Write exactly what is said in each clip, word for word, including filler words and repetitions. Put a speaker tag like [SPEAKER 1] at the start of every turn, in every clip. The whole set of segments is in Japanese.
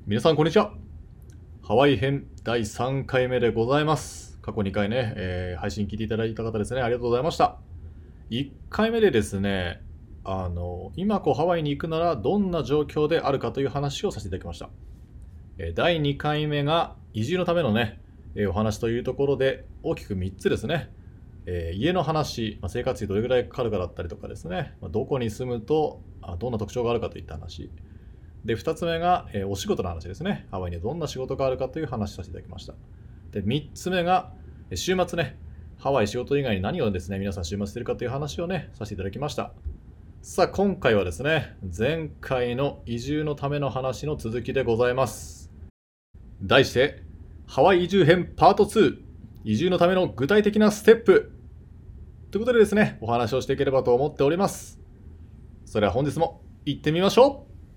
[SPEAKER 1] 皆さんこんにちは。ハワイ編だいさんかいめでございます。過去にかいね、えー配信聞いていただいた方ですね、ありがとうございました。いっかいめでですね、あの、今こうハワイに行くならどんな状況であるかという話をさせていただきました。えーだいにかいめが移住のためのね、えーお話というところで大きくみっつですね。えー家の話、まあ生活費どれぐらいかかるかだったりとかですね、まあどこに住むとあどんな特徴があるかといった話。で、ふたつめが、えーお仕事の話ですね。ハワイにどんな仕事があるかという話をさせていただきました。で、みっつめが、えー週末ね、ハワイ仕事以外に何をですね、皆さん週末してるかという話をね、させていただきました。さあ、今回はですね、前回の移住のための話の続きでございます。題して、ハワイ移住編パートツー、移住のための具体的なステップ。ということでですね、お話をしていければと思っております。それでは本日も行ってみましょう。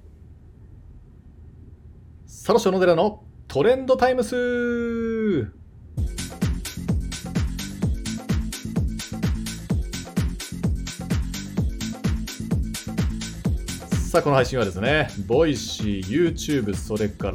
[SPEAKER 1] サロショ野寺のトレンドタイムス。さあ、この配信はですね、ボイシー、YouTube、それから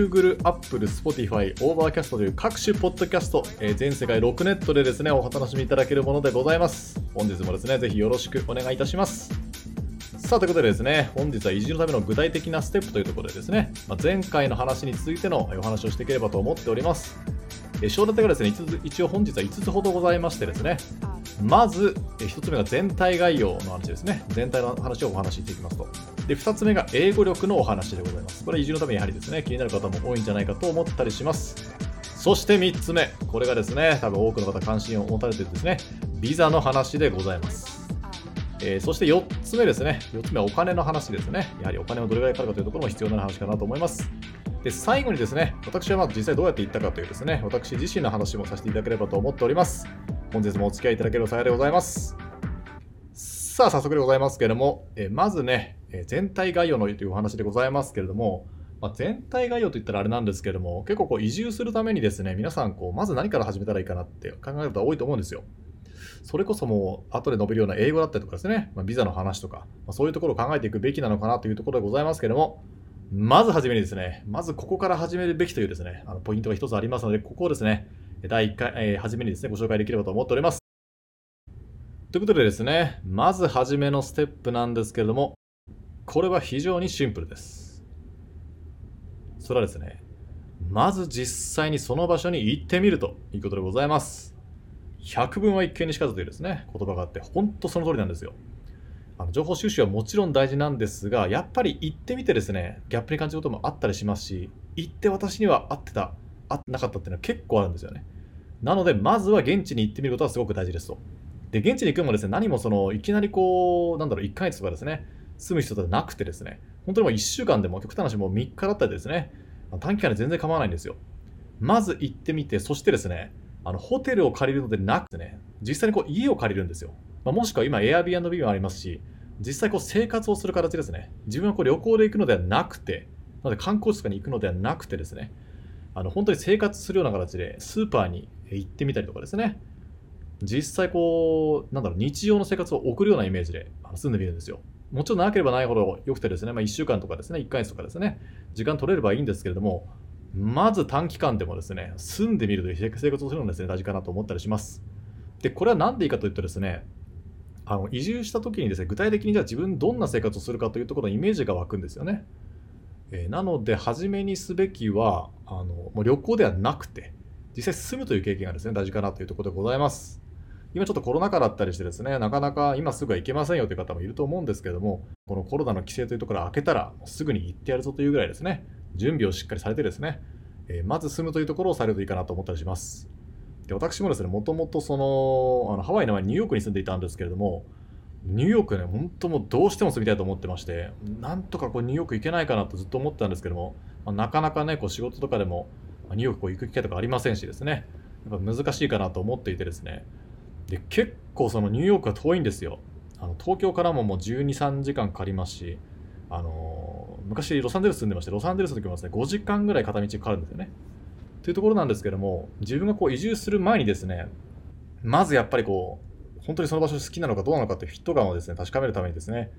[SPEAKER 1] Google、Apple、Spotify、Overcast という各種ポッドキャスト、えー全世界ろくネットでですね、お楽しみいただけるものでございます。本日もですね、ぜひよろしくお願いいたします。さあ、ということでですね、本日は移住のための具体的なステップというところでですね、まあ、前回の話に続いてのお話をしていければと思っております。えー章立てがですね、一応本日はいつつほどございましてですね、まずえーひとつめが全体概要の話ですね。全体の話をお話ししていきますと。で、ふたつめが英語力のお話でございます。これは移住のためにやはりですね、気になる方も多いんじゃないかと思ったりします。そしてみっつめ、これがですね、多分多くの方関心を持たれているですね、ビザの話でございます。えーそしてよっつめですね。よっつめはお金の話ですね。やはりお金をどれぐらいかかるかというところも必要な話かなと思います。で、最後にですね、私はまず実際どうやって行ったかというですね、私自身の話もさせていただければと思っております。本日もお付き合いいただけるお幸いでございます。さあ、早速でございますけれども、えーまずね、えー全体概要のというお話でございますけれども、まあ、全体概要といったらあれなんですけれども、結構こう移住するためにですね、皆さんこうまず何から始めたらいいかなって考える方多いと思うんですよ。それこそもう後で述べるような英語だったりとかですね、まあ、ビザの話とか、まあ、そういうところを考えていくべきなのかなというところでございますけれども、まずはじめにですね、まずここから始めるべきというですね、あのポイントが一つありますので、ここをですね、だいいっかい、えー、初めにですね、ご紹介できればと思っております。ということでですね、まずはじめのステップなんですけれども、これは非常にシンプルです。それはですね、まず実際にその場所に行ってみるということでございます。百聞は一見にしかずというですね、言葉があって、本当その通りなんですよ。あの情報収集はもちろん大事なんですが、やっぱり行ってみてですね、ギャップに感じることもあったりしますし、行って私には合ってた、合ってなかったっていうのは結構あるんですよね。なので、まずは現地に行ってみることはすごく大事ですと。で、現地に行くのもですね、何もその、いきなりこう、なんだろう、いっかげつとかですね、住む人ではなくてですね、本当にもういっしゅうかんでも、極端な話もうみっかだったりですね、短期間で全然構わないんですよ。まず行ってみて、そしてですね、あのホテルを借りるのでなくてね、実際にこう家を借りるんですよ。まあ、もしくは今、Airbnb もありますし、実際こう生活をする形ですね。自分はこう旅行で行くのではなくて、なので観光地とかに行くのではなくてですね、あの本当に生活するような形でスーパーに行ってみたりとかですね、実際こう、なんだろう、日常の生活を送るようなイメージであの住んでみるんですよ。もちろん長ければないほど良くてですね、まあ、いっしゅうかんとかですね、いっかげつとかですね、時間取れればいいんですけれども、まず短期間でもですね、住んでみるという生活をするのがですね、大事かなと思ったりします。で、これは何でいいかというとですね、あの移住した時にですね、具体的にじゃあ自分どんな生活をするかというところのイメージが湧くんですよね。えーなので、初めにすべきは、あのもう旅行ではなくて、実際住むという経験がですね、大事かなというところでございます。今ちょっとコロナ禍だったりしてですね、なかなか今すぐは行けませんよという方もいると思うんですけれども、このコロナの規制というところが明けたら、すぐに行ってやるぞというぐらいですね、準備をしっかりされてですね、えーまず住むというところをされるといいかなと思ったりします。で、私もですね、もともとその、あのハワイの前にニューヨークに住んでいたんですけれども、ニューヨークね、本当もうどうしても住みたいと思ってまして、なんとかこうニューヨーク行けないかなとずっと思ってたんですけども、まあなかなかね、こう仕事とかでも、まあニューヨークこう行く機会とかありませんしですね、やっぱ難しいかなと思っていてですね、で、結構そのニューヨークは遠いんですよ。あの東京からももうじゅうに、さんじかんかかりますし、あのー昔ロサンゼルス住んでまして、ロサンゼルスの時もですね、ごじかんぐらい片道かかるんですよね。というところなんですけども、自分がこう移住する前にですね、まずやっぱりこう、本当にその場所好きなのかどうなのかっていうフィット感をですね、確かめるためにですね、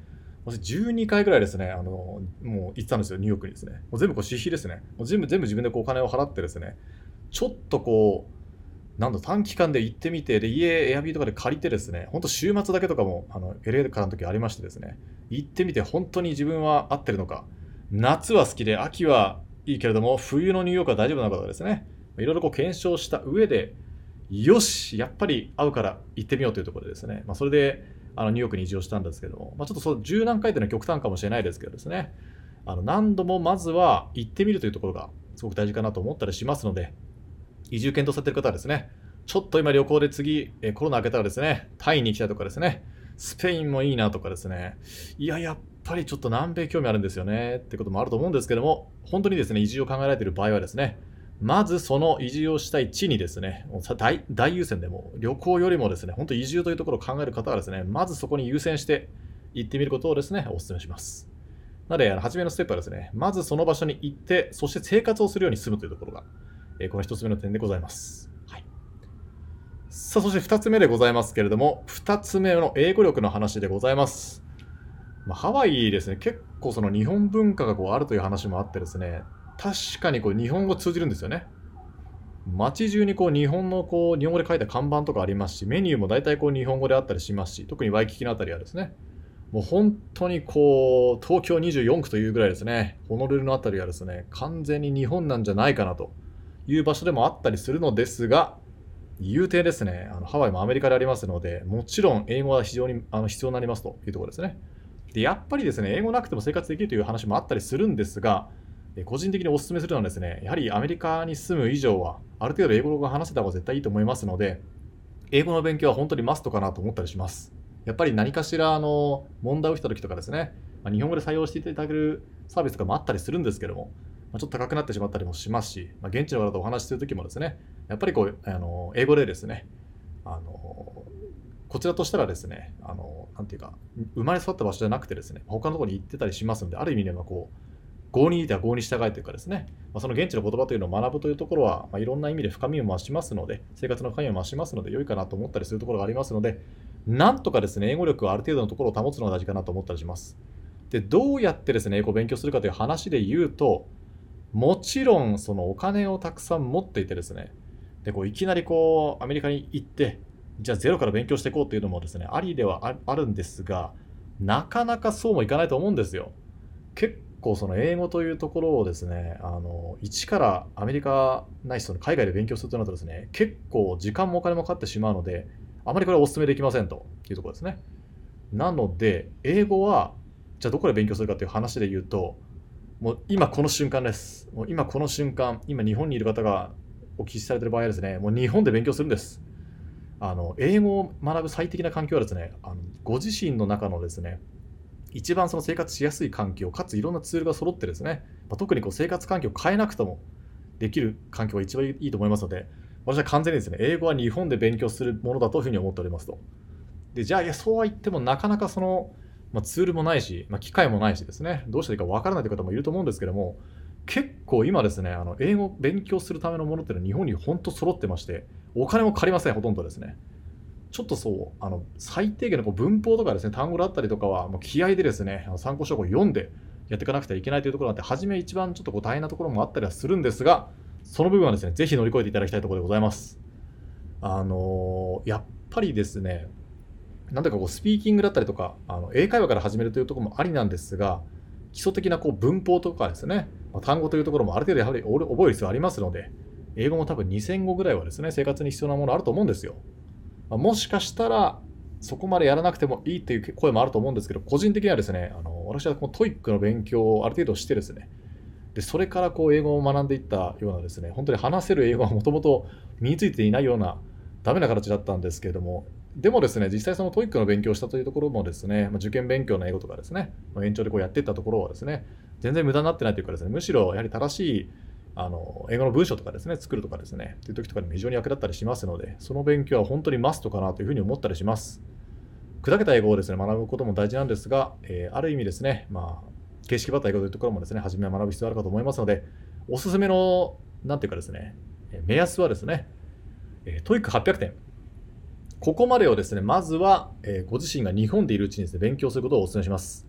[SPEAKER 1] 私じゅうにかいぐらいですね、あの、もう行ってたんですよ、ニューヨークにですね。もう全部こう私費ですね。もう全部、全部自分でこうお金を払ってですね、ちょっとこう、なんだ、短期間で行ってみて、で、家、エアビーとかで借りてですね、ほんと週末だけとかも、あの、エルエー からの時ありましてですね、行ってみて本当に自分は合ってるのか、夏は好きで、秋はいいけれども、冬のニューヨークは大丈夫なのかとかですね、いろいろこう検証した上で、よし、やっぱり合うから行ってみようというところでですね、まあ、それであのニューヨークに移住をしたんですけども、まあ、ちょっとそう十何回というのは極端かもしれないですけどですね、あの何度もまずは行ってみるというところがすごく大事かなと思ったりしますので、移住検討されている方はですね、ちょっと今旅行で次、えコロナ明けたらですね、タイに行きたいとかですね、スペインもいいなとかですね、いや、やっぱりちょっと南米興味あるんですよねってこともあると思うんですけども、本当にですね、移住を考えられている場合はですね、まずその移住をしたい地にですね、もう大大優先でも旅行よりもですね、本当移住というところを考える方はですね、まずそこに優先して行ってみることをですね、お勧めします。なので、初めのステップはですね、まずその場所に行って、そして生活をするように住むというところが、えーこの一つ目の点でございます。はい。さあ、そして二つ目でございますけれども、二つ目の英語力の話でございます。まあ、ハワイですね、結構その日本文化がこうあるという話もあってですね、確かにこう日本語通じるんですよね。街中にこう日本のこう日本語で書いた看板とかありますし、メニューも大体こう日本語であったりしますし、特にワイキキのあたりはですね、もう本当にこう東京にじゅうよんくというぐらいですね、ホノルルのあたりはですね、完全に日本なんじゃないかなという場所でもあったりするのですが、言うてですね、あのハワイもアメリカでありますので、もちろん英語は非常にあの必要になりますというところですね。で、やっぱりですね、英語なくても生活できるという話もあったりするんですが、え個人的にお勧めするのはですね、やはりアメリカに住む以上は、ある程度英語が話せた方が絶対いいと思いますので、英語の勉強は本当にマストかなと思ったりします。やっぱり何かしらあの問題を起きた時とかですね、まあ、日本語で採用していただけるサービスとかもあったりするんですけども、まあ、ちょっと高くなってしまったりもしますし、まあ、現地の方とお話しする時もですね、やっぱりこうあの英語でですね、あのこちらとしたらですね、あのなんていうか、生まれ育った場所じゃなくてですね、他のところに行ってたりしますので、ある意味ではこう、合にいては合に従いというかですね、まあ、その現地の言葉というのを学ぶというところは、まあ、いろんな意味で深みを増しますので、生活の深みを増しますので、良いかなと思ったりするところがありますので、なんとかですね、英語力をある程度のところを保つのが大事かなと思ったりします。で、どうやってですね、英語を勉強するかという話で言うと、もちろんそのお金をたくさん持っていてですね、でこういきなりこうアメリカに行って、じゃあゼロから勉強していこうというのもですね、ありではああるんですが、なかなかそうもいかないと思うんですよ。結構その英語というところをですね、あの一からアメリカないしその海外で勉強するとなるとですね、結構時間もお金もかかってしまうので、あまりこれはお勧めできませんというところですね。なので、英語はじゃあどこで勉強するかという話で言うと、もう今この瞬間です。もう今この瞬間、今日本にいる方がお聞きされている場合はですね、もう日本で勉強するんです。あの英語を学ぶ最適な環境はですね、あのご自身の中のですね、一番その生活しやすい環境、かついろんなツールが揃ってですね、まあ、特にこう生活環境を変えなくてもできる環境が一番いいと思いますので、私は完全にですね、英語は日本で勉強するものだというふうに思っておりますと。で、じゃあ、いや、そうは言ってもなかなかその、まあ、ツールもないし、まあ、機械もないしですね、どうしたらいいかわからないという方もいると思うんですけども、結構今ですね、あの英語を勉強するためのものっていうのは日本に本当揃ってまして、お金も借りません、ほとんどですね。ちょっとそう、あの最低限のこう文法とかですね、単語だったりとかは、もう気合でですね、あの参考書を読んでやっていかなくてはいけないというところなんで、初め一番ちょっとこう大変なところもあったりはするんですが、その部分はですね、ぜひ乗り越えていただきたいところでございます。あのーやっぱりですね、なんていうかこうスピーキングだったりとか、あの英会話から始めるというところもありなんですが、基礎的なこう文法とかですね、まあ、単語というところもある程度やはり覚える必要ありますので、英語も多分にせん語ぐらいはですね、生活に必要なものあると思うんですよ。まあ、もしかしたら、そこまでやらなくてもいいという声もあると思うんですけど、個人的にはですね、あの私はこのトイックの勉強をある程度してですね、でそれからこう英語を学んでいったようなですね、本当に話せる英語はもともと身についていないようなダメな形だったんですけれども、でもですね、実際そのトイックの勉強をしたというところもですね、まあ、受験勉強の英語とかですね、まあ延長でこうやっていったところはですね、全然無駄になってないというかですね、むしろやはり正しいあの英語の文章とかですね、作るとかですね、という時とかにも非常に役立ったりしますので、その勉強は本当にマストかなというふうに思ったりします。砕けた英語をですね、学ぶことも大事なんですが、えーある意味ですね、まあ、形式ばった英語というところもですね、初めは学ぶ必要あるかと思いますので、おすすめの、なんていうかですね、えー目安はですね、えー、トイックはっぴゃくてん。ここまでをですね、まずは、えーご自身が日本でいるうちにですね、勉強することをお勧めします。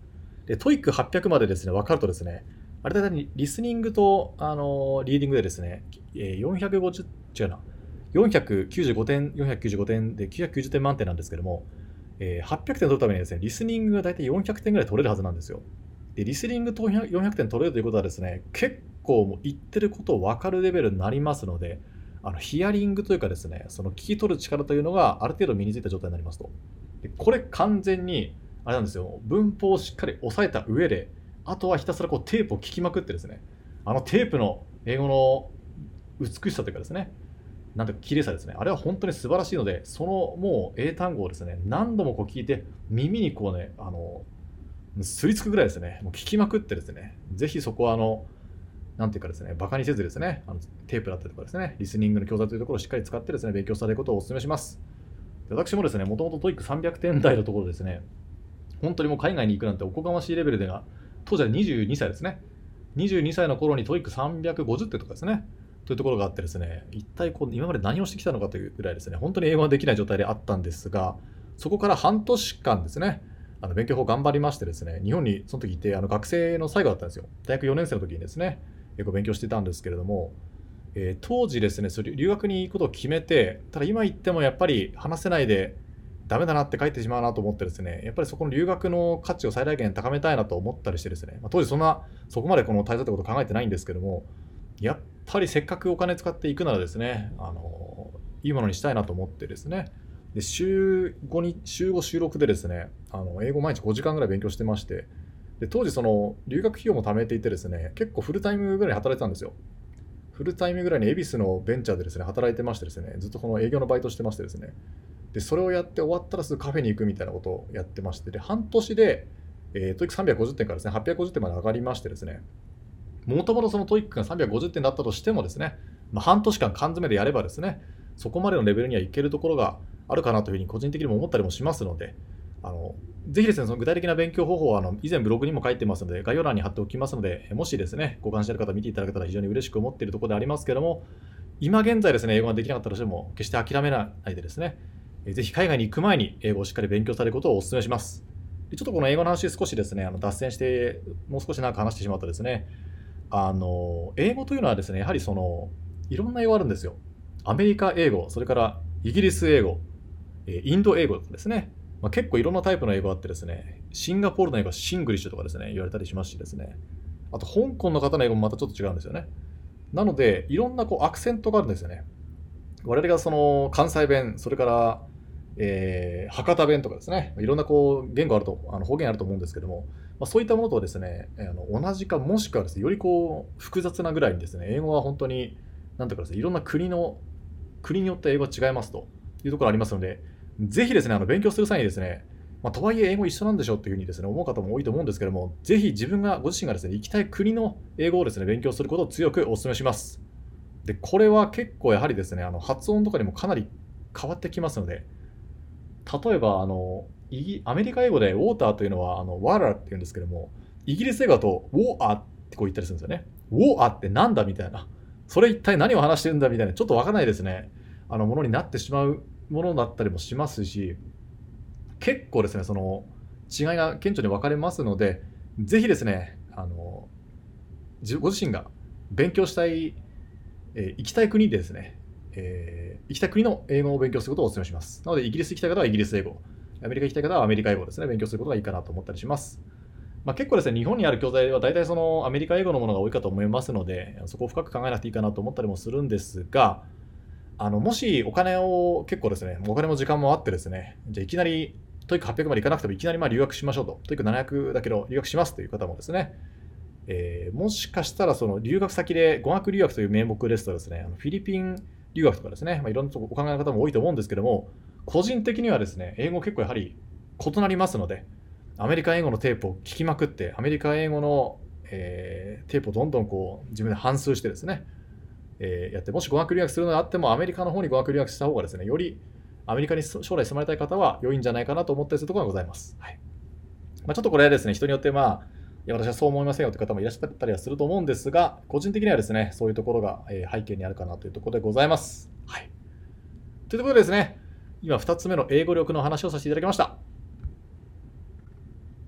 [SPEAKER 1] で、トイックはっぴゃくまでですね、分かるとですね、あれだいたいリスニングと、あのーリーディングでですね、えーよんひゃくごじゅう、違うな、よんひゃくきゅうじゅうごてん、よんひゃくきゅうじゅうごてんできゅうひゃくきゅうじゅってん満点なんですけども、えーはっぴゃくてん取るためにですね、リスニングがだいたいよんひゃくてんぐらい取れるはずなんですよ。で、リスニングとよんひゃくてん取れるということはですね、結構もう言ってることを分かるレベルになりますので、あのヒアリングというかですね、その聞き取る力というのがある程度身についた状態になりますと。でこれ完全に、あれなんですよ、文法をしっかり押さえた上で、あとはひたすらこうテープを聞きまくってですね、あのテープの英語の美しさというかですね、なんていうか綺麗さですね、あれは本当に素晴らしいので、そのもう英単語をですね、何度もこう聞いて、耳にこうね、あの、すりつくぐらいですね、もう聞きまくってですね、ぜひそこはあの、なんていうかですね、バカにせずですね、あのテープだったりとかですね、リスニングの教材というところをしっかり使ってですね、勉強されることをお勧めします。で私もですね、もともとトイックさんびゃくてん台のところですね、本当にもう海外に行くなんておこがましいレベルでが、当時はにじゅうにさいですね。にじゅうにさいの頃にトイックさんびゃくごじゅってんとかですね、というところがあってですね、一体こう今まで何をしてきたのかというぐらいですね、本当に英語ができない状態であったんですが、そこから半年間ですね、あの勉強法頑張りましてですね、日本にその時いて、あの学生の最後だったんですよ。大学よねん生の時にですね、英語を勉強していたんですけれども、えー当時ですね、それ留学に行くことを決めて、ただ今行ってもやっぱり話せないでダメだなって帰ってしまうなと思ってですね、やっぱりそこの留学の価値を最大限高めたいなと思ったりしてですね、まあ、当時そんな、そこまでこの滞在ってことを考えてないんですけども、やっぱりせっかくお金使っていくならですね、あのいいものにしたいなと思ってですね、で週ごに、週ご、週ろくでですね、あの英語毎日ごじかんぐらい勉強してまして、で当時その留学費用も貯めていてですね、結構フルタイムぐらい働いてたんですよ。フルタイムぐらいに恵比寿のベンチャーでですね、働いてましてですね、ずっとこの営業のバイトしてましてですね、で、それをやって終わったらすぐカフェに行くみたいなことをやってまして、で、半年で、えー、トイックさんびゃくごじゅってんからですね、はっぴゃくごじゅってんまで上がりましてですね、もともとそのトイックがさんびゃくごじゅってんだったとしてもですね、まあ、半年間缶詰でやればですね、そこまでのレベルにはいけるところがあるかなというふうに個人的にも思ったりもしますので、あのぜひですね、その具体的な勉強方法はあの以前ブログにも書いてますので、概要欄に貼っておきますので、もしですね、ご関心ある方見ていただけたら非常に嬉しく思っているところでありますけれども、今現在ですね、英語ができなかったとしても、決して諦めないでですね、ぜひ海外に行く前に英語をしっかり勉強されることをお勧めします。でちょっとこの英語の話少しですね、あの脱線して、もう少し長く話してしまうとですね、あの英語というのはですね、やはりそのいろんな英語あるんですよ。アメリカ英語、それからイギリス英語、えインド英語とかですね、まあ、結構いろんなタイプの英語あってですね、シンガポールの英語はシングリッシュとかですね、言われたりしますしですね、あと香港の方の英語もまたちょっと違うんですよね。なので、いろんなこうアクセントがあるんですよね。我々がその関西弁、それから、えー博多弁とかですね、いろんなこう言語あると、あの方言あると思うんですけども、まあ、そういったものとはですね、あの同じかもしくはですね、よりこう複雑なぐらいにですね、英語は本当に、なんとかですね、いろんな国の、国によって英語が違いますというところがありますので、ぜひですね、あの勉強する際にですね、まあ、とはいえ英語一緒なんでしょうっていうふうにですね、思う方も多いと思うんですけども、ぜひ自分が、ご自身がですね、行きたい国の英語をですね、勉強することを強くお勧めします。で、これは結構やはりですね、あの発音とかにもかなり変わってきますので、例えば、あの、イギアメリカ英語でウォーターというのは、あの、ワーラーって言うんですけども、イギリス英語だと、ウォーアーってこう言ったりするんですよね。ウォーアーってなんだみたいな。それ一体何を話してるんだみたいな、ちょっとわからないですね。あの、ものになってしまうものだったりもしますし、結構ですね、その、違いが顕著に分かれますので、ぜひですね、あの、自ご自身が勉強したい、えー行きたい国でですね、えー行きたい国の英語を勉強することをお勧めします。なので、イギリス行きたい方はイギリス英語、アメリカ行きたい方はアメリカ英語をですね、勉強することがいいかなと思ったりします。まあ、結構ですね、日本にある教材は大体そのアメリカ英語のものが多いかと思いますので、そこを深く考えなくていいかなと思ったりもするんですが、あのもしお金を結構ですね、お金も時間もあってですね、じゃあいきなりトイックはっぴゃくまで行かなくてもいきなりまあ留学しましょうと、トイックななひゃくだけど留学しますという方もですね、えーもしかしたらその留学先で語学留学という名目ですとですね、あのフィリピン留学とかですね、まあ、いろんなとこお考えの方も多いと思うんですけども、個人的にはですね、英語結構やはり異なりますので、アメリカ英語のテープを聞きまくって、アメリカ英語の、えーテープをどんどんこう自分で反芻してですね、えーやって、もし語学留学するのであっても、アメリカの方に語学留学した方がですね、よりアメリカに将来住まれたい方は良いんじゃないかなと思ったりするところがございます。はい。まあ、ちょっとこれはですね、人によってまあ、いや私はそう思いませんよという方もいらっしゃったりはすると思うんですが、個人的にはですね、そういうところがえー背景にあるかなというところでございます。はい。というところでですね、今ふたつめの英語力の話をさせていただきました。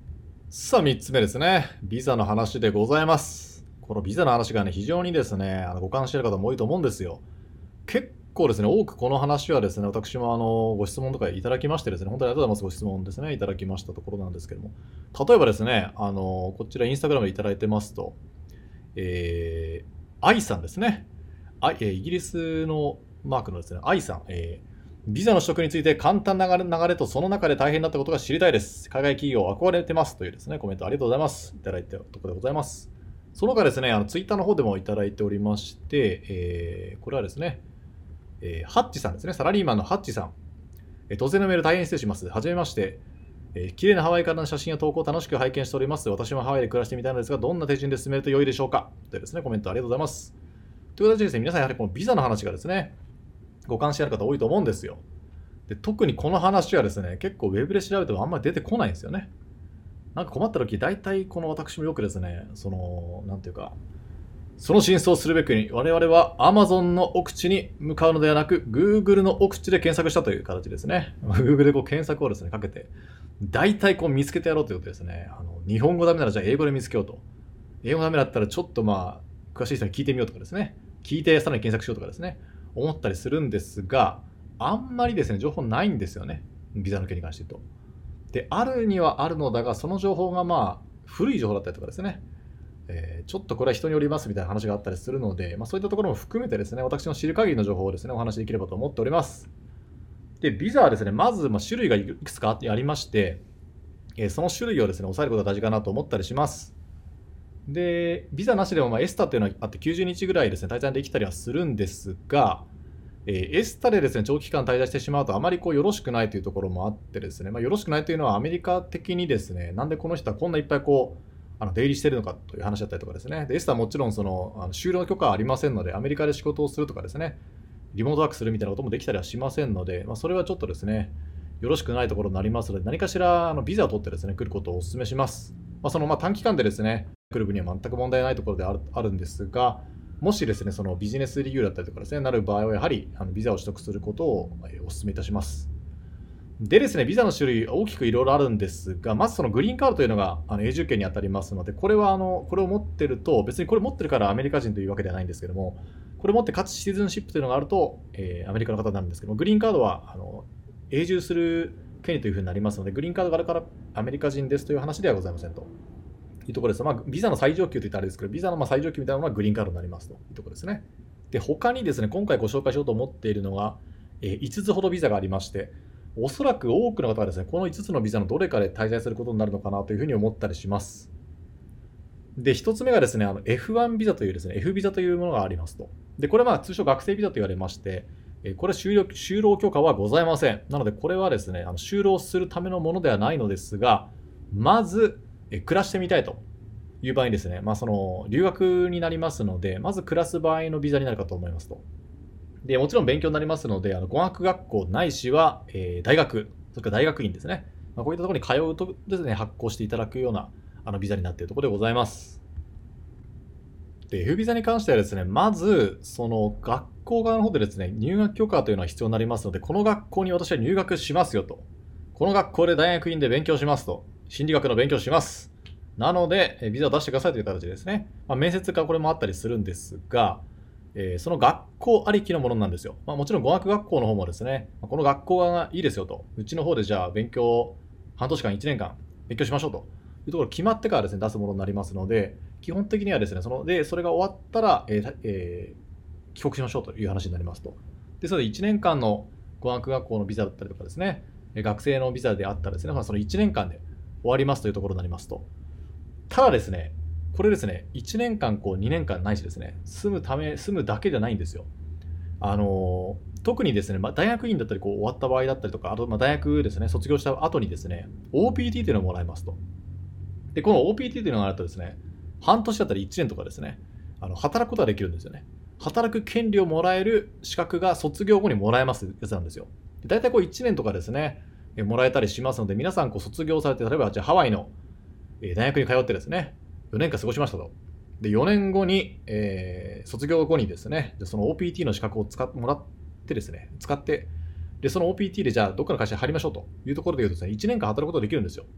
[SPEAKER 1] さあ、みっつめですね。ビザの話でございます。このビザの話がね、非常にですね、あのご関心ある方も多いと思うんですよ。結構ですね、多くこの話はですね、私もあのご質問とかいただきましてですね、本当にありがとうございます。ご質問ですね、いただきましたところなんですけども、例えばですね、あのこちらインスタグラムでいただいてますと、えー、愛さんですね。あえーイギリスのマークのですね、愛さん、えービザの取得について簡単な流れ流れとその中で大変だったことが知りたいです。海外企業憧れてますというですね、コメントありがとうございます。いただいたところでございます。その他ですね、あのツイッターの方でもいただいておりまして、えーこれはですね、えーハッチさんですね、サラリーマンのハッチさん。えー突然のメール大変失礼します。はじめまして。えー綺麗なハワイからの写真や投稿を楽しく拝見しております。私もハワイで暮らしてみたいのですが、どんな手順で進めると良いでしょうかというですね、コメントありがとうございます。という形でですね、皆さんやはりこのビザの話がですね、ご関心ある方多いと思うんですよ。で特にこの話はですね、結構ウェブで調べてもあんまり出てこないんですよね。なんか困った時、大体この私もよくですね、その、なんていうか、その真相をするべくに我々は Amazon の奥地に向かうのではなく Google の奥地で検索したという形ですね。Google でこう検索をですね、かけて、大体こう見つけてやろうということですね。あの日本語ダメならじゃあ英語で見つけようと。英語ダメだったらちょっとまあ、詳しい人に聞いてみようとかですね。聞いてさらに検索しようとかですね。思ったりするんですが、あんまりですね、情報ないんですよね。ビザの件に関して言うと。で、あるにはあるのだが、その情報がまあ、古い情報だったりとかですね。えーちょっとこれは人によりますみたいな話があったりするので、まあ、そういったところも含めてですね、私の知る限りの情報をですね、お話しできればと思っております。で、ビザはですね、まず、まあ、種類がいくつかありまして、えーその種類をですね、抑えることが大事かなと思ったりします。で、ビザなしでも、まあ、エスタっていうのがあってきゅうじゅうにちぐらいですね、滞在できたりはするんですが、えーエスタでですね、長期間滞在してしまうとあまりこうよろしくないというところもあってですね、まあ、よろしくないというのはアメリカ的にですね、なんでこの人はこんないっぱいこう、あの出入りしているのかという話だったりとかですね、でエスタはもちろんそのあの就労許可はありませんので、アメリカで仕事をするとかですね、リモートワークするみたいなこともできたりはしませんので、まあ、それはちょっとですね、よろしくないところになりますので、何かしらあのビザを取ってですね、来ることをお勧めします。まあ、そのまあ短期間でですね、来る分には全く問題ないところであるあるんですが、もしですね、そのビジネス理由だったりとかですね、なる場合はやはりあのビザを取得することをえーお勧めいたします。でですね、ビザの種類大きくいろいろあるんですが、まずそのグリーンカードというのがあの永住権に当たりますので、これはあのこれを持ってると、別にこれ持ってるからアメリカ人というわけではないんですけども、これ持ってかつシティズンシップというのがあると、えーアメリカの方になるんですけども、グリーンカードはあの永住する権利というふうになりますので、グリーンカードがあるからアメリカ人ですという話ではございませんというところです。まあ、ビザの最上級といったらあれですけど、ビザのまあ最上級みたいなのはグリーンカードになりますというところですね。で、他にですね、今回ご紹介しようと思っているのが、えーいつつほどビザがありまして、おそらく多くの方がですね、このいつつのビザのどれかで滞在することになるのかなというふうに思ったりします。で、ひとつめがですね、あの エフワン ビザというですね、F ビザというものがありますと。で、これはまあ通称学生ビザと言われまして、えーこれ就労就労許可はございません。なので、これはですね、あの就労するためのものではないのですが、まず、えー暮らしてみたいという場合にですね、まあ、その留学になりますので、まず暮らす場合のビザになるかと思いますと。で、もちろん勉強になりますので、あの語学学校ないしは、えー大学、それから大学院ですね。まあ、こういったところに通うとですね、発行していただくようなあのビザになっているところでございます。で、F ビザに関してはですね、まず、その学校側の方でですね、入学許可というのは必要になりますので、この学校に私は入学しますよと。この学校で大学院で勉強しますと。心理学の勉強します。なので、えビザを出してくださいという形ですね。まあ、面接がこれもあったりするんですが、えーその学校ありきのものなんですよ。まあ、もちろん語学学校の方もですね、まあこの学校がいいですよと。うちの方でじゃあ勉強、半年間、いちねんかん勉強しましょうというところ決まってからですね、出すものになりますので、基本的にはですね、そので、それが終わったら、えーえー帰国しましょうという話になりますと。ですので、いちねんかんの語学学校のビザだったりとかですね、えー学生のビザであったらですね、まあそのいちねんかんで終わりますというところになりますと。ただですね、これですね、いちねんかん、こうにねんかんないしですね、住むため、住むだけじゃないんですよ。あのー特にですね、まあ、大学院だったりこう終わった場合だったりとか、あとまあ大学ですね、卒業した後にですね、オーピーティー というのをもらえますと。で、この オーピーティー というのがあるとですね、半年だったりいちねんとかですね、あの働くことができるんですよね。働く権利をもらえる資格が卒業後にもらえますやつなんですよ。で大体こういちねんとかですね、えもらえたりしますので、皆さんこう卒業されて、例えばじゃあハワイのえー大学に通ってですね、よねんかん過ごしましたと。で、よねんごに、えー卒業後にですね、でその オーピーティー の資格を使ってもらってですね、使ってで、その オーピーティー でじゃあどっかの会社に入りましょうというところで言うとですね、いちねんかん働くことができるんですよ。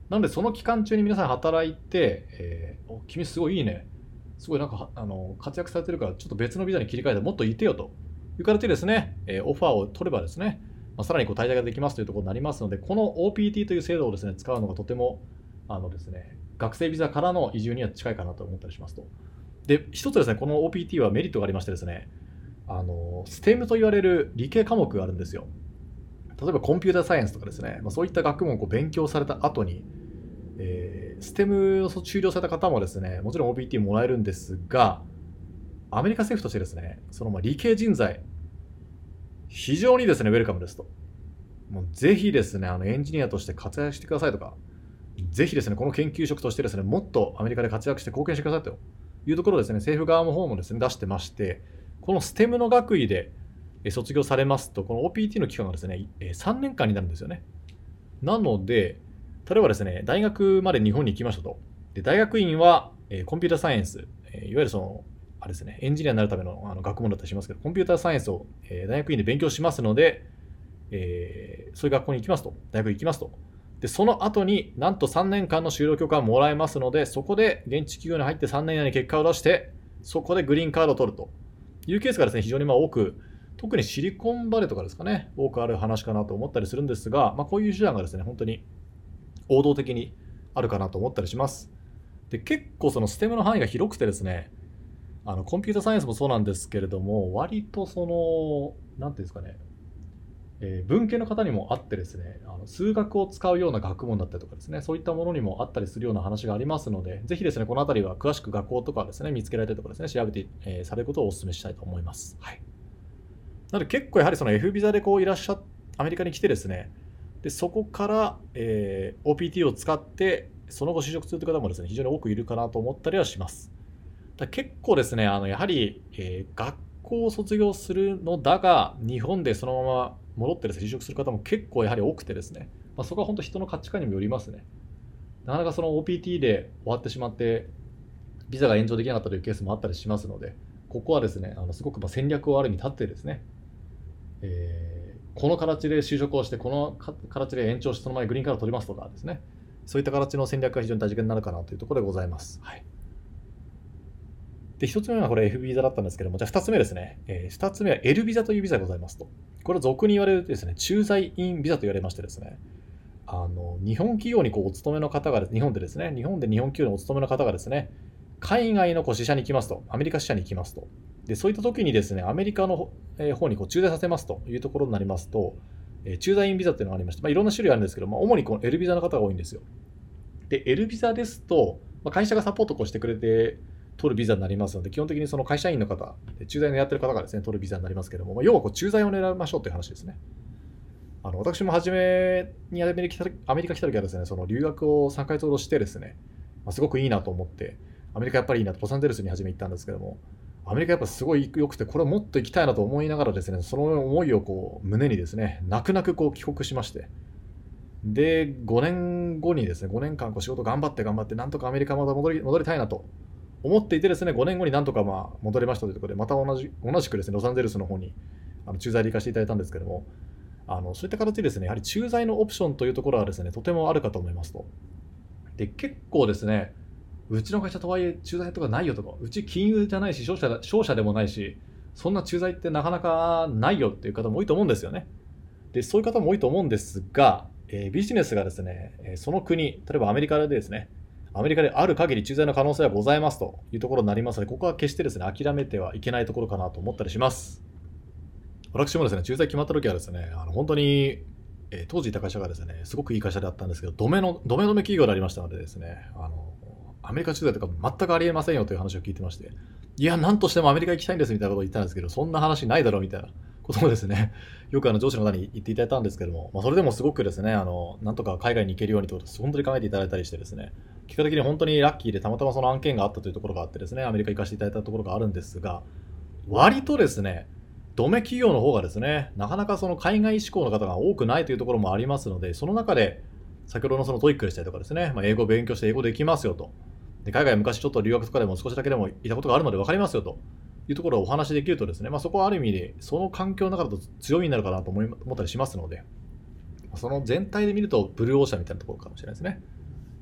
[SPEAKER 1] なのでその期間中に皆さん働いて、えー、お君すごいいいね、すごいなんかあの活躍されてるからちょっと別のビザに切り替えてもっといてよという形でですね、えー、オファーを取ればですね、まあ、さらにこう滞在ができますというところになりますので、この オーピーティー という制度をですね使うのがとてもあのですね、学生ビザからの移住には近いかなと思ったりしますと。で、一つですね、この オーピーティー はメリットがありましてですね、あの ステム と言われる理系科目があるんですよ。例えばコンピューターサイエンスとかですね、まあ、そういった学問をこう勉強された後に、えー、ステム を修了された方もですね、もちろん オーピーティー もらえるんですが、アメリカ政府としてですね、そのまあ理系人材、非常にですね、ウェルカムですと。もうぜひですね、あのエンジニアとして活躍してくださいとか、ぜひですね、この研究職としてですね、もっとアメリカで活躍して貢献してくださいというところをですね、政府側の方もですね、出してまして、この ステム の学位で卒業されますと、この オーピーティー の期間がですね、さんねんかんになるんですよね。なので、例えばですね、大学まで日本に行きましたと。で、大学院はコンピューターサイエンス、いわゆるその、あれですね、エンジニアになるためのあの学問だったりしますけど、コンピューターサイエンスを大学院で勉強しますので、えー、そういう学校に行きますと、大学に行きますと。で、その後になんとさんねんかんの就労許可をもらえますので、そこで現地企業に入ってさんねん以内に結果を出して、そこでグリーンカードを取るというケースがですね、非常にまあ多く、特にシリコンバレーとかですかね、多くある話かなと思ったりするんですが、まあ、こういう手段がですね、本当に王道的にあるかなと思ったりします。で、結構そのステムの範囲が広くてですね、あのコンピューターサイエンスもそうなんですけれども、割とその、なんていうんですかね、えー、文系の方にもあってですね、あの数学を使うような学問だったりとかですね、そういったものにもあったりするような話がありますので、ぜひですね、このあたりは詳しく学校とかですね、見つけられたりとかですね、調べて、えー、されることをお勧めしたいと思います。はい。なので結構やはりその F ビザでこういらっしゃっアメリカに来てですね、でそこから、えー、オーピーティー を使ってその後就職するという方もですね、非常に多くいるかなと思ったりはします。だ結構ですね、あのやはり、えー、学校を卒業するのだが、日本でそのまま戻ってですね、就職する方も結構やはり多くてですね、まあ、そこは本当人の価値観にもよりますね。なかなかその オーピーティー で終わってしまって、ビザが延長できなかったというケースもあったりしますので、ここはですね、あのすごくまあ戦略をある意味立ってですね、えー、この形で就職をして、この形で延長して、その前にグリーンカードを取りますとかですね、そういった形の戦略が非常に大事になるかなというところでございます。はい。で、ひとつめはこれ F ビザだったんですけども、じゃあふたつめですね。えー、ふたつめは L ビザというビザがございますと。これは俗に言われるですね、駐在員ビザと言われましてですね、あの、日本企業にこうお勤めの方が、日本でですね、日本で日本企業にお勤めの方がですね、海外のこう支社に行きますと、アメリカ支社に行きますと。で、そういった時にですね、アメリカの方にこう駐在させますというところになりますと、えー、駐在員ビザっていうのがありまして、まあ、いろんな種類あるんですけど、まあ、主にこの L ビザの方が多いんですよ。で、L ビザですと、まあ、会社がサポートをしてくれて、取るビザになりますので、基本的にその会社員の方、駐在のやってる方がですね、取るビザになりますけども、まあ、要はこう駐在を狙いましょうという話ですね。あの私も初めにアメリカアメリカ来た時はですね、その留学をさんかげつほどしてですね、まあ、すごくいいなと思って、アメリカやっぱりいいなと、ロサンゼルスに初め行ったんですけども、アメリカやっぱすごい良くて、これもっと行きたいなと思いながらですね、その思いをこう胸にですね、泣く泣くこう帰国しまして、で、ごねんごにですね、ごねんかんこう仕事頑張って頑張って、なんとかアメリカまた戻り戻りたいなと思っていてですね、ごねんごになんとかまあ戻れましたというところで、また同じ同じくですね、ロサンゼルスの方にあの駐在で行かせていただいたんですけども、あのそういった形でですね、やはり駐在のオプションというところはですね、とてもあるかと思いますと。で、結構ですね、うちの会社とはいえ駐在とかないよとか、うち金融じゃないし、商社商社でもないし、そんな駐在ってなかなかないよっていう方も多いと思うんですよね。で、そういう方も多いと思うんですが、えー、ビジネスがですね、その国、例えばアメリカでですね、アメリカである限り駐在の可能性はございますというところになりますので、ここは決してですね、諦めてはいけないところかなと思ったりします。私もですね、駐在決まった時はですね、あの本当に、えー、当時いた会社がですね、すごくいい会社であったんですけど、ドメの、ドメドメ企業でありましたのでですね、あの、アメリカ駐在とか全くありえませんよという話を聞いてまして、いや、なんとしてもアメリカ行きたいんですみたいなことを言ったんですけど、そんな話ないだろうみたいなこともですね、よくあの上司の方に言っていただいたんですけども、まあ、それでもすごくですね、あの、なんとか海外に行けるようにということを本当に考えていただいたりしてですね、結果的に本当にラッキーでたまたまその案件があったというところがあってですね、アメリカ行かせていただいたところがあるんですが、割とですね、ドメ企業の方がですね、なかなかその海外志向の方が多くないというところもありますので、その中で、先ほどのそのトイックでしたりとかですね、まあ、英語を勉強して英語できますよと。で海外昔ちょっと留学とかでも少しだけでもいたことがあるので分かりますよというところをお話しできるとですね、まあ、そこはある意味でその環境の中だと強みになるかなと思い思ったりしますので、その全体で見るとブルーオーシャンみたいなところかもしれないですね。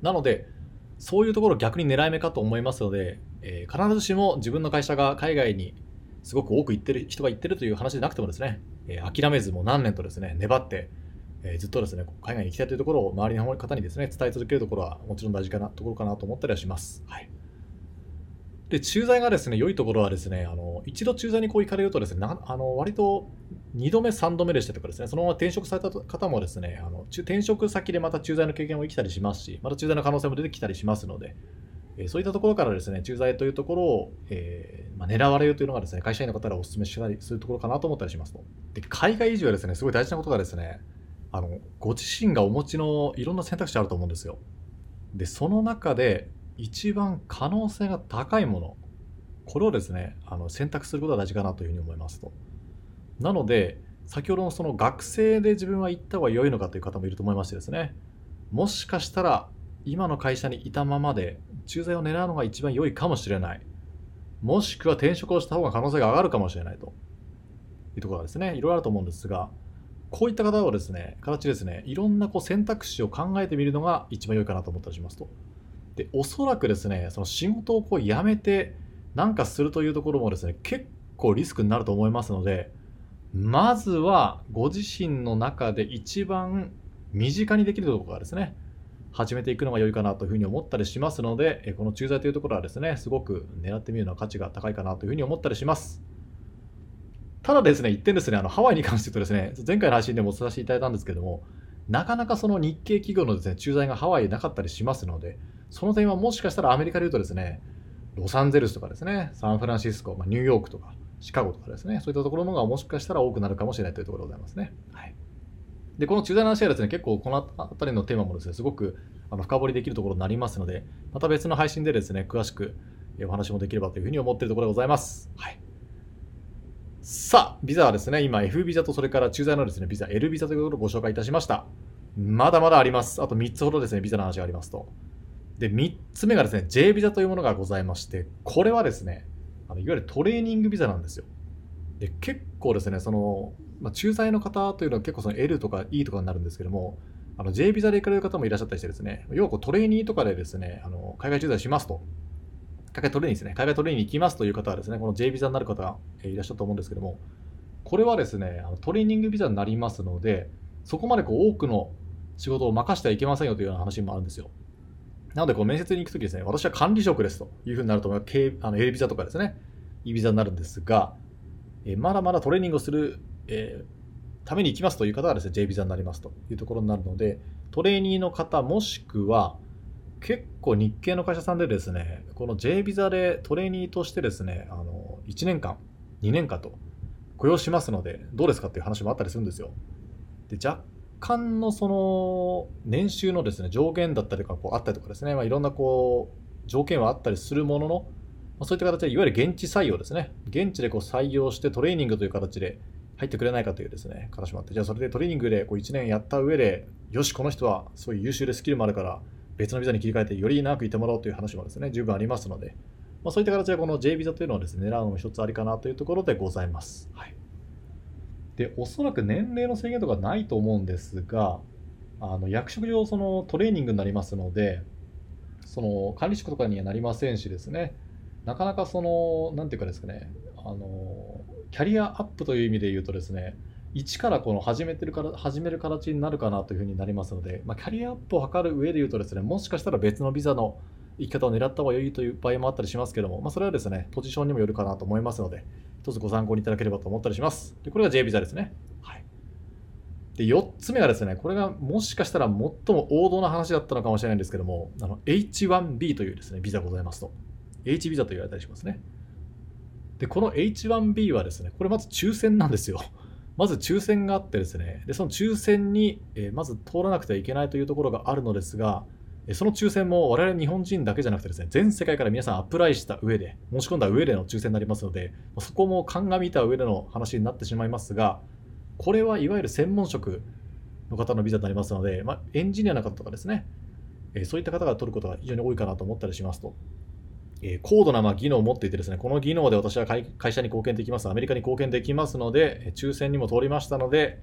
[SPEAKER 1] なので、そういうところ逆に狙い目かと思いますので、えー、必ずしも自分の会社が海外にすごく多く行ってる人が行ってるという話でなくてもですね、えー、諦めずもう何年とですね、粘って、えー、ずっとですね、海外に行きたいというところを周りの方にですね、伝え続けるところはもちろん大事かなところかなと思ったりはします。はい。で、駐在がですね、良いところはですね、あの一度駐在にこう行かれるとですね、なあの割とにどめ、さんどめでしたとかですね、そのまま転職された方もですね、あの転職先でまた駐在の経験も生きたりしますし、また駐在の可能性も出てきたりしますので、えー、そういったところからですね、駐在というところを、えーまあ、狙われるというのがですね、会社員の方からお勧めしたりするところかなと思ったりしますと。で、海外移住はですね、すごい大事なことがですね、あのご自身がお持ちのいろんな選択肢あると思うんですよ。で、その中で一番可能性が高いもの、これをですね、あの選択することが大事かなというふうに思いますと。なので、先ほどのその学生で自分は行った方が良いのかという方もいると思いましてですね、もしかしたら今の会社にいたままで駐在を狙うのが一番良いかもしれない。もしくは転職をした方が可能性が上がるかもしれないというところがですね、いろいろあると思うんですが、こういった方はですね、形ですね、いろんなこう選択肢を考えてみるのが一番良いかなと思ったりしますと。で、おそらくですね、その仕事をこう辞めて何かするというところもですね、結構リスクになると思いますので、まずはご自身の中で一番身近にできるところからですね、始めていくのが良いかなというふうに思ったりしますので、この駐在というところはですね、すごく狙ってみるのは価値が高いかなというふうに思ったりします。ただですね、一点ですね、あのハワイに関して言うとですね、前回の配信でもお伝えしていただいたんですけども、なかなかその日系企業のですね、駐在がハワイでなかったりしますので、その点はもしかしたらアメリカで言うとですね、ロサンゼルスとかですね、サンフランシスコ、まあ、ニューヨークとかシカゴとかですね、そういったところの方がもしかしたら多くなるかもしれないというところでございますね。はい。で、この駐在の話はですね、結構この辺りのテーマもですね、すごくあの深掘りできるところになりますので、また別の配信でですね、詳しくお話もできればというふうに思っているところでございます。はい。さあ、ビザはですね、今 F ビザとそれから駐在のですね、ビザ、L ビザというところをご紹介いたしました。まだまだあります。あとみっつほどですね、ビザの話がありますと。で、みっつめがですね、J ビザというものがございまして、これはですね、あのいわゆるトレーニングビザなんですよ。で、結構ですね、その、まあ、駐在の方というのは結構その L とか E とかになるんですけども、あの J ビザで行かれる方もいらっしゃったりしてですね、要はこうトレーニーとかでですね、あの海外駐在しますと、海外トレーニーですね、海外トレーニーに行きますという方はですね、この J ビザになる方がいらっしゃると思うんですけども、これはですね、あのトレーニングビザになりますので、そこまでこう多くの仕事を任してはいけませんよというような話もあるんですよ。なので、こう面接に行くときですね、私は管理職ですというふうになると、あの L ビザとかですね、E ビザになるんですが、えまだまだトレーニングをする、えー、ために行きますという方はですね、J ビザになりますというところになるので、トレーニーの方もしくは、結構日系の会社さんでですね、この J ビザでトレーニーとしてですね、あのいちねんかん、にねんかんと雇用しますので、どうですかっていう話もあったりするんですよ。で、若干のその年収のですね、上限だったりとかこうあったりとかですね、まあ、いろんなこう条件はあったりするものの、まあ、そういった形でいわゆる現地採用ですね、現地でこう採用してトレーニングという形で入ってくれないかというですね、形もあって、じゃあそれでトレーニングでこういちねんやった上で、よし、この人はそういう優秀でスキルもあるから別のビザに切り替えてより長くいてもらおうという話もですね、十分ありますので、まあ、そういった形でこの J ビザというのをですね、狙うのも一つありかなというところでございます。はい。で、おそらく年齢の制限とかないと思うんですが、あの役職上そのトレーニングになりますので、その管理職とかにはなりませんしですね、なかなかその、なんていうかですかね、あの、キャリアアップという意味で言うとですね、一からこの始めてるから、始める形になるかなというふうになりますので、まあ、キャリアアップを図る上で言うとですね、もしかしたら別のビザの生き方を狙った方が良いという場合もあったりしますけども、まあ、それはですね、ポジションにもよるかなと思いますので、一つご参考にいただければと思ったりします。で、これが J ビザですね。はい。で、よっつめがですね、これがもしかしたら最も王道な話だったのかもしれないんですけども、あの エイチワンビー というですね、ビザがございますと。H ビザと言われたりしますね。で、この エイチワンビー はですね、これまず抽選なんですよ。まず抽選があってですね、でその抽選に、えー、まず通らなくてはいけないというところがあるのですが、その抽選も我々日本人だけじゃなくてですね、全世界から皆さんアプライした上で、申し込んだ上での抽選になりますので、そこも鑑みた上での話になってしまいますが、これはいわゆる専門職の方のビザになりますので、まあ、エンジニアの方とかですね、そういった方が取ることが非常に多いかなと思ったりしますと。高度なまあ技能を持っていてですね、この技能で私は会社に貢献できます、アメリカに貢献できますので、抽選にも通りましたので、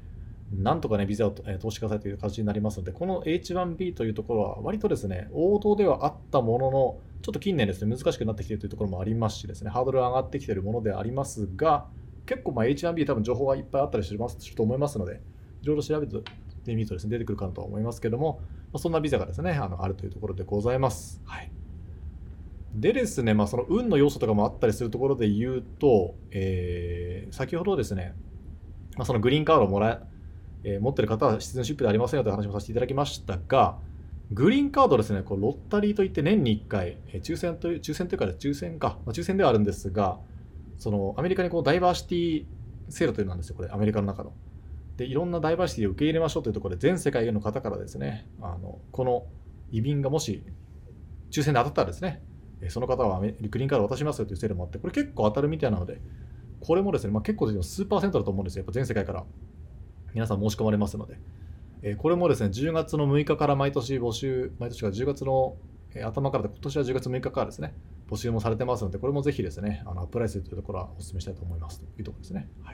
[SPEAKER 1] なんとかね、ビザを、えー、通してくださいという形になりますので、この エイチワンビー というところは、割とですね、王道ではあったものの、ちょっと近年ですね、難しくなってきているというところもありますしですね、ハードルが上がってきているものでありますが、結構まあ エイチワンビー 多分情報がいっぱいあったりしますと思いますので、いろいろ調べてみるとですね、出てくるかなと思いますけども、まあ、そんなビザがですね、あのあるというところでございます。はい。でですね、まあ、その運の要素とかもあったりするところで言うと、えー、先ほどですね、まあ、そのグリーンカードをもらえ、えー、持っている方はシティズンシップでありませんよという話もさせていただきましたが、グリーンカードですね、こうロッタリーといって年にいっかい、えー、抽選という、抽選というか、抽選か、まあ、抽選ではあるんですが、そのアメリカにこうダイバーシティ制度というのなんですよ、これ、アメリカの中の。で、いろんなダイバーシティを受け入れましょうというところで、全世界の方からですね、あのこの移民がもし抽選で当たったらですね、その方はグリーンカードを渡しますよという制度もあって、これ結構当たるみたいなので、これもですね、まあ、結構数パーセントだと思うんですよ、やっぱ全世界から皆さん申し込まれますので、えこれもですね、じゅうがつのむいかから毎年募集、毎年がじゅうがつの頭からで、今年はじゅうがつむいかからですね、募集もされてますので、これもぜひですね、あのアプライするというところはお勧めしたいと思いますというところですね。はい、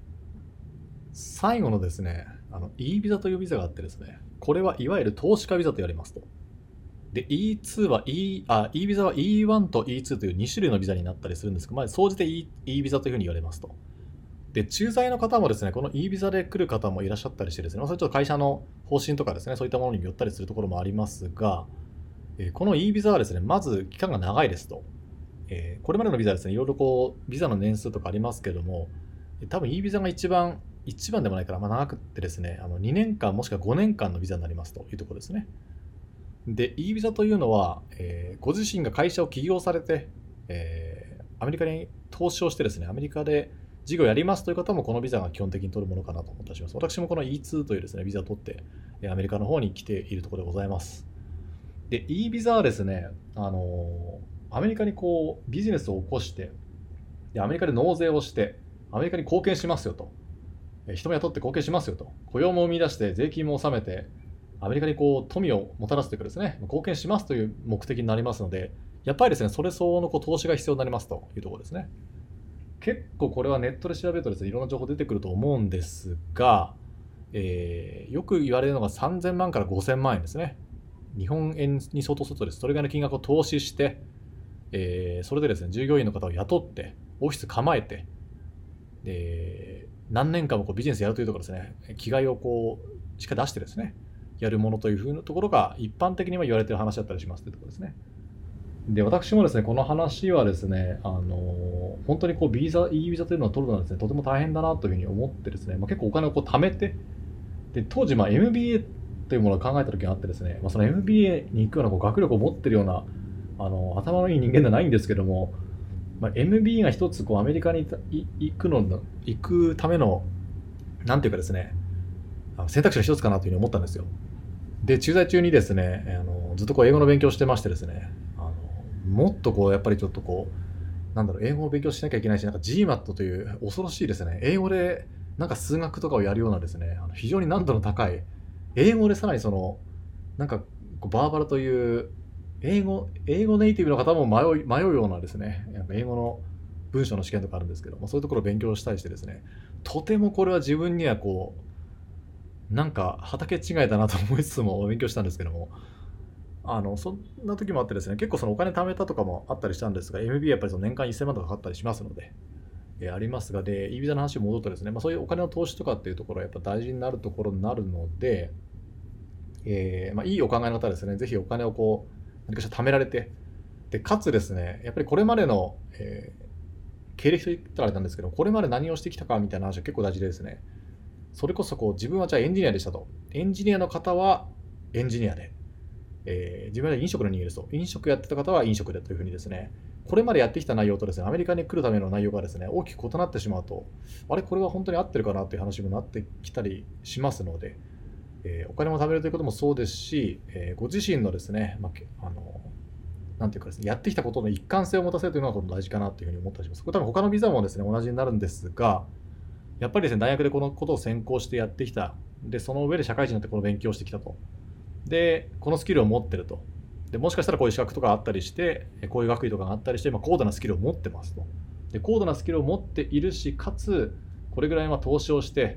[SPEAKER 1] 最後のですね、あの E ビザというビザがあってですね、これはいわゆる投資家ビザと言われますと。で、イーツー は E、あ、E ビザは イーワン と イーツー というに種類のビザになったりするんですが、まあ、総じて E, E ビザというふうに言われますと。で、駐在の方もですね、この E ビザで来る方もいらっしゃったりしてですね、まあ、それちょっと会社の方針とかですね、そういったものによったりするところもありますが、えー、この E ビザはですね、まず期間が長いですと。えー、これまでのビザはですね、いろいろこう、ビザの年数とかありますけども、多分 E ビザが一番、一番でもないから、まあ、長くってですね、あのにねんかんもしくはごねんかんのビザになりますというところですね。で、E ビザというのは、えー、ご自身が会社を起業されて、えー、アメリカに投資をしてですね、アメリカで事業をやりますという方もこのビザが基本的に取るものかなと思ったりします。私もこの イーツー というですね、ビザを取って、アメリカの方に来ているところでございます。で、E ビザはですね、あのー、アメリカにこうビジネスを起こして、で、アメリカで納税をして、アメリカに貢献しますよと。人も雇って貢献しますよと。雇用も生み出して、税金も納めて、アメリカにこう富をもたらすというかですね、貢献しますという目的になりますので、やっぱりですね、それ相応のこう投資が必要になりますというところですね。結構これはネットで調べるとですね、いろんな情報出てくると思うんですが、えー、よく言われるのがさんぜんまんからごせんまんえんですね。日本円に相当するとです。それぐらいの金額を投資して、えー、それでですね、従業員の方を雇って、オフィス構えて、で何年間もこうビジネスやるというところですね、気概をこうしっかり出してですね、やるものというふうなところが一般的には言われている話だったりしますというところですね。で、私もですね、この話はですね、あの本当にこうビザ、E ビザというのを取るのはですね、とても大変だなというふうに思ってですね、まあ、結構お金をこう貯めて、で当時まあ エムビーエー というものを考えた時があってですね、まあ、その エムビーエー に行くようなこう学力を持っているようなあの頭のいい人間ではないんですけども、まあ、エムビー が一つこうアメリカに行くの行くためのなんていうかですね、選択肢の一つかなというふうに思ったんですよ。で、駐在中にですね、あのずっとこう英語の勉強をしてましてですね、あのもっとこうやっぱりちょっとこうなんだろう、英語を勉強しなきゃいけないし、なんか ジーマット という恐ろしいですね、英語でなんか数学とかをやるようなですね、あの非常に難度の高い英語でさらにそのなんかこうバーバラという英語英語ネイティブの方も迷い迷うようなですね、やっぱ英語の文章の試験とかあるんですけど、まあ、そういうところを勉強したりしてですね、とてもこれは自分にはこうなんか畑違いだなと思いつつも勉強したんですけども、あのそんな時もあってですね、結構そのお金貯めたとかもあったりしたんですが、 エムビーエー やっぱりその年間せんまんとかかかったりしますので、えー、ありますが、で E ビザの話に戻るとですね、まあ、そういうお金の投資とかっていうところはやっぱ大事になるところになるので、えーまあ、いいお考えの方はですね、ぜひお金をこう何かしら貯められて、でかつですね、やっぱりこれまでの、えー、経歴といったらあれなんですけど、これまで何をしてきたかみたいな話は結構大事でですね、それこそこう自分はじゃあエンジニアでしたと、エンジニアの方はエンジニアで、えー、自分は飲食の人間ですと、飲食やってた方は飲食でというふうにですね、これまでやってきた内容とですね、アメリカに来るための内容がですね、大きく異なってしまうと、あれこれは本当に合ってるかなという話にもなってきたりしますので、えー、お金も貯めるということもそうですし、えー、ご自身のですね、まあ、あのなんていうかですね、やってきたことの一貫性を持たせるというのが大事かなというふうに思ったりします。これ多分他のビザもですね、同じになるんですが、やっぱりですね、大学でこのことを専攻してやってきた。で、その上で社会人になってこの勉強をしてきたと。で、このスキルを持ってると。で、もしかしたらこういう資格とかあったりして、こういう学位とかがあったりして、まあ、高度なスキルを持ってますと。で、高度なスキルを持っているし、かつ、これぐらいまあ投資をして、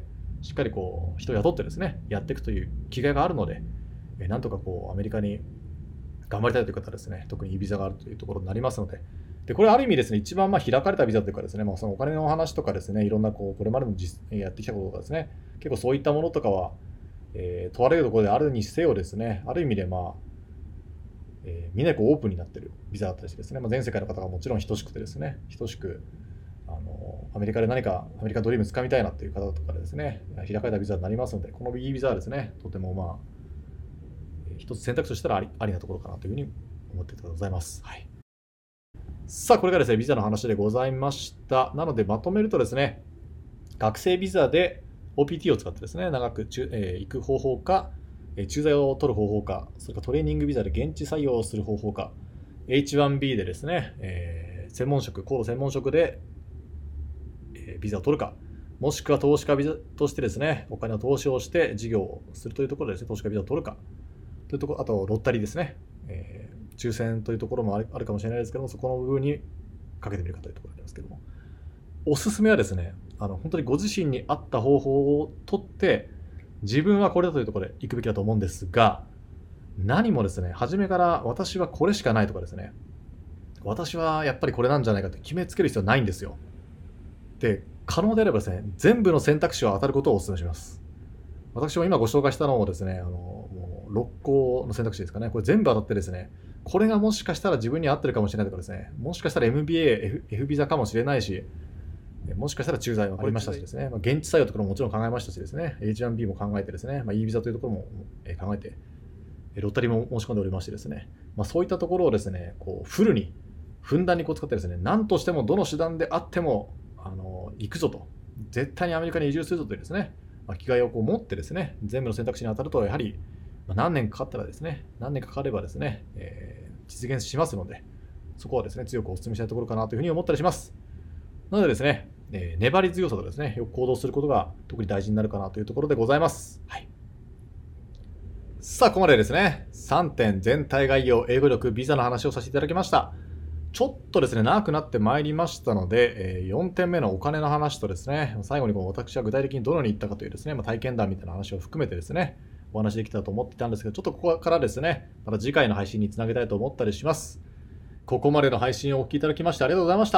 [SPEAKER 1] しっかりこう人を雇ってですね、やっていくという気概があるので、えなんとかこうアメリカに頑張りたいという方はですね、特にいいビザがあるというところになりますので、でこれある意味ですね、一番まあ開かれたビザというかですね、まあ、そのお金の話とかですね、いろんなこうこれまでの実やってきたこととかですね、結構そういったものとかは、えー問われるところであるにせよですね、ある意味でまあ、えーみんなでこうオープンになっているビザだったりしてですね、まあ、全世界の方がもちろん等しくてですね、等しくあのアメリカで何かアメリカドリーム掴みたいなという方とかでですね、開かれたビザになりますので、この B ビザはですね、とてもまあ、えー一つ選択肢としたらありありなところかなというふうに思っていてございます。はい。さあ、これがですね、ビザの話でございました。なので、まとめるとですね、学生ビザで オーピーティー を使ってですね、長くちゅ、えー行く方法か、えー駐在を取る方法か、それからトレーニングビザで現地採用をする方法か、エイチワンビー でですね、えー専門職、高度専門職で、えービザを取るか、もしくは投資家ビザとしてですね、お金を投資をして事業をするというところでですね、投資家ビザを取るか、というところ、あとロッタリーですね、えー抽選というところもあるあるかもしれないですけども、そこの部分にかけてみるかというところなんですけども、おすすめはですね、あの本当にご自身に合った方法を取って、自分はこれだというところで行くべきだと思うんですが、何もですね、初めから私はこれしかないとかですね、私はやっぱりこれなんじゃないかって決めつける必要はないんですよ。で、可能であればですね、全部の選択肢を当たることをお勧めします。私も今ご紹介したのもですね、あのもうろっこの選択肢ですかね、これ全部当たってですね、これがもしかしたら自分に合ってるかもしれないとかですね、もしかしたら エムビーエー、F, F ビザかもしれないし、もしかしたら駐在もありましたしですね、まあ、現地採用ところももちろん考えましたしですね、エイチワンビー も考えてですね、まあ、E ビザというところも考えて、ロッタリーも申し込んでおりましてですね、まあ、そういったところをですね、こうフルに、ふんだんにこう使ってですね、何としてもどの手段であっても、あの行くぞと、絶対にアメリカに移住するぞというですね、まあ、気概をこう持ってですね、全部の選択肢に当たると、やはり、まあ、何年かかったらですね、何年かかればですね、えー実現しますので、そこはですね、強くお勧めしたいところかなというふうに思ったりします。なのでですね、えー粘り強さとですね、よく行動することが特に大事になるかなというところでございます。はい。さあ、ここまでですね、さんてん全体概要、英語力、ビザの話をさせていただきました。ちょっとですね、長くなってまいりましたので、えーよんてんめのお金の話とですね、最後にこう私は具体的にどのように行ったかというですね、まあ、体験談みたいな話を含めてですね、お話できたと思っていたんですけど、ちょっとここからですね、また次回の配信につなげたいと思ったりします。ここまでの配信をお聞きいただきましてありがとうございました。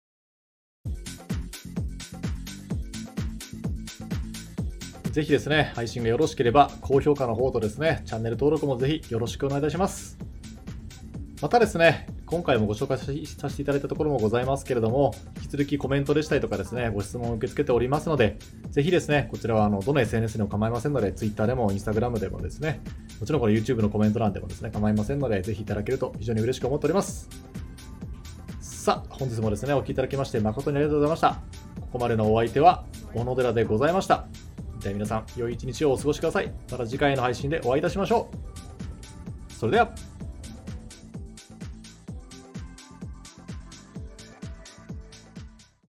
[SPEAKER 1] ぜひですね、配信がよろしければ、高評価の方とですね、チャンネル登録もぜひよろしくお願いいたします。またですね、今回もご紹介させていただいたところもございますけれども、引き続きコメントでしたりとかですね、ご質問を受け付けておりますので、ぜひですね、こちらはあのどの エスエヌエス でも構いませんので、Twitter でも Instagram でもですね、もちろんこれ YouTube のコメント欄でもですね、構いませんので、ぜひいただけると非常に嬉しく思っております。さあ、本日もですね、お聞きいただきまして誠にありがとうございました。ここまでのお相手は、小野寺でございました。では皆さん、良い一日をお過ごしください。また次回の配信でお会いいたしましょう。それでは。